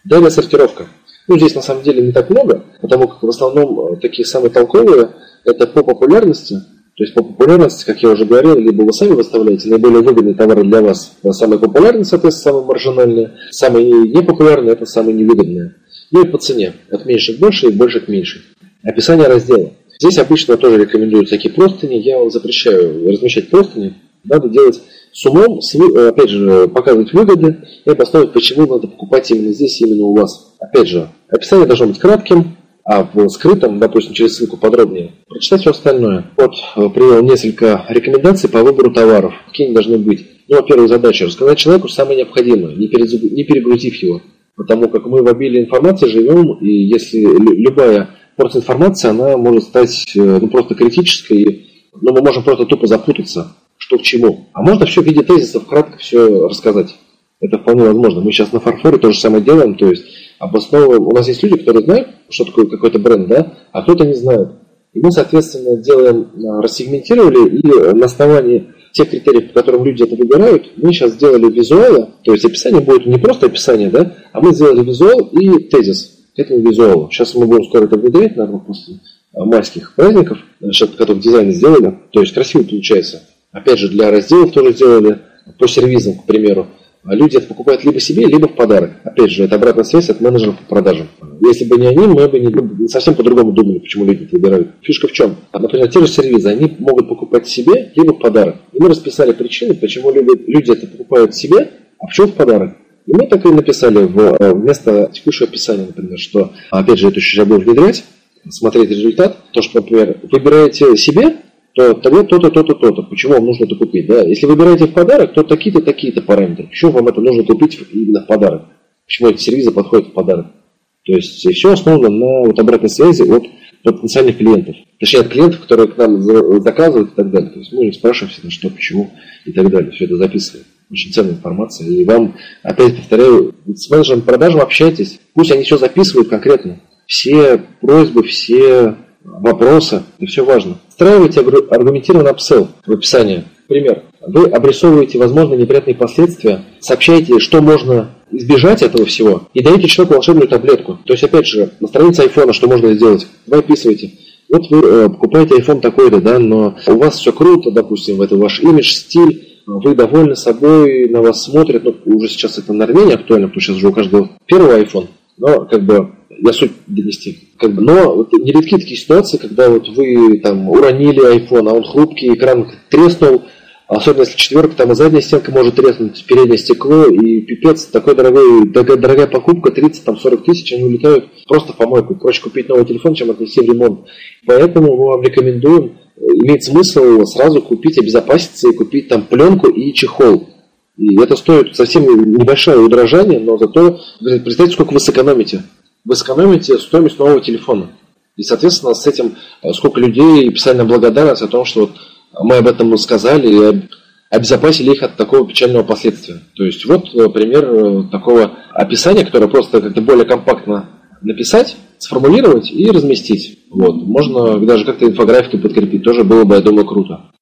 Далее сортировка. Ну, здесь на самом деле не так много, потому как в основном такие самые толковые это по популярности. То есть по популярности, как я уже говорил, либо вы сами выставляете наиболее выгодные товары для вас. Самые популярные, соответственно, самые маржинальные. Самые непопулярные – это самые невыгодные. Ну и по цене. От меньше к больше и больше к меньше. Описание раздела. Здесь обычно тоже рекомендуют всякие простыни. Я вам запрещаю размещать простыни. Надо делать с умом, опять же, показывать выгоды и обосновывать, почему надо покупать именно здесь, именно у вас. Опять же, описание должно быть кратким, а в скрытом, допустим, через ссылку подробнее, прочитать все остальное. Вот привел несколько рекомендаций по выбору товаров. Какие они должны быть? Ну, во-первых, задача рассказать человеку самое необходимое, не перегрузив его. Потому как мы в обилии информации живем, и если любая порция информации, она может стать просто критической, но мы можем просто тупо запутаться, что к чему. А можно все в виде тезисов кратко все рассказать. Это вполне возможно. Мы сейчас на фарфоре то же самое делаем, то есть обосновываем. У нас есть люди, которые знают, что такое какой-то бренд, да, а кто-то не знает. И мы, соответственно, рассегментировали, и на основании тех критериев, по которым люди это выбирают, мы сейчас сделали визуалы, то есть описание будет не просто описание, да, а мы сделали визуал и тезис к этому визуалу. Сейчас мы будем скоро это внедрять, наверное, после майских праздников, которые дизайн сделали, то есть красиво получается. Опять же, для разделов тоже сделали по сервизам, к примеру. Люди это покупают либо себе, либо в подарок. Опять же, это обратная связь от менеджеров по продажам. Если бы не они, мы бы не совсем по-другому думали, почему люди это выбирают. Фишка в чем? Например, те же сервизы, они могут покупать себе, либо в подарок. И мы расписали причины, почему люди это покупают себе, а почему в подарок. И мы так и написали вместо текущего описания, например, что, опять же, это еще сейчас будем внедрять, смотреть результат, то, что, например, выбираете себе, то тогда то-то, то-то, то-то. Почему вам нужно это купить? Да? Если выбираете в подарок, то такие-то, такие-то параметры. Почему вам это нужно купить именно в подарок? Почему эти сервизы подходят в подарок? То есть все основано на обратной связи от потенциальных клиентов. Точнее, от клиентов, которые к нам заказывают и так далее. То есть мы их спрашиваем всегда, что, почему и так далее. Все это записываем. Очень ценная информация. И вам, опять повторяю, с менеджером продажам общайтесь. Пусть они все записывают конкретно. Все просьбы, все вопросы. Это все важно. Встраивайте аргументированный апсейл в описании. Пример. Вы обрисовываете возможные неприятные последствия, сообщаете, что можно избежать этого всего, и даете человеку волшебную таблетку. То есть, опять же, на странице айфона что можно сделать? Вы описываете. Вот вы покупаете iPhone такой-то, да, но у вас все круто, допустим, это ваш имидж, стиль, вы довольны собой, на вас смотрят. Ну, уже сейчас это, наверное, не актуально, потому что сейчас уже у каждого первый iPhone. Но, я суть донести. Но вот нередки такие ситуации, когда вот вы там уронили iPhone, а он хрупкий, экран треснул, особенно если четверка, там и задняя стенка может треснуть, переднее стекло, и пипец, дорогая покупка, 30-40 тысяч, они улетают просто в помойку. Проще купить новый телефон, чем отнести в ремонт. Поэтому мы вам рекомендуем, имеет смысл сразу купить, обезопаситься и купить там пленку и чехол. И это стоит совсем небольшое удорожание, но зато представьте, сколько вы сэкономите. Вы сэкономите стоимость нового телефона. И, соответственно, с этим сколько людей писали нам благодарность о том, что вот мы об этом сказали и обезопасили их от такого печального последствия. То есть вот пример такого описания, которое просто как-то более компактно написать, сформулировать и разместить. Вот. Можно даже как-то инфографикой подкрепить, тоже было бы, я думаю, круто.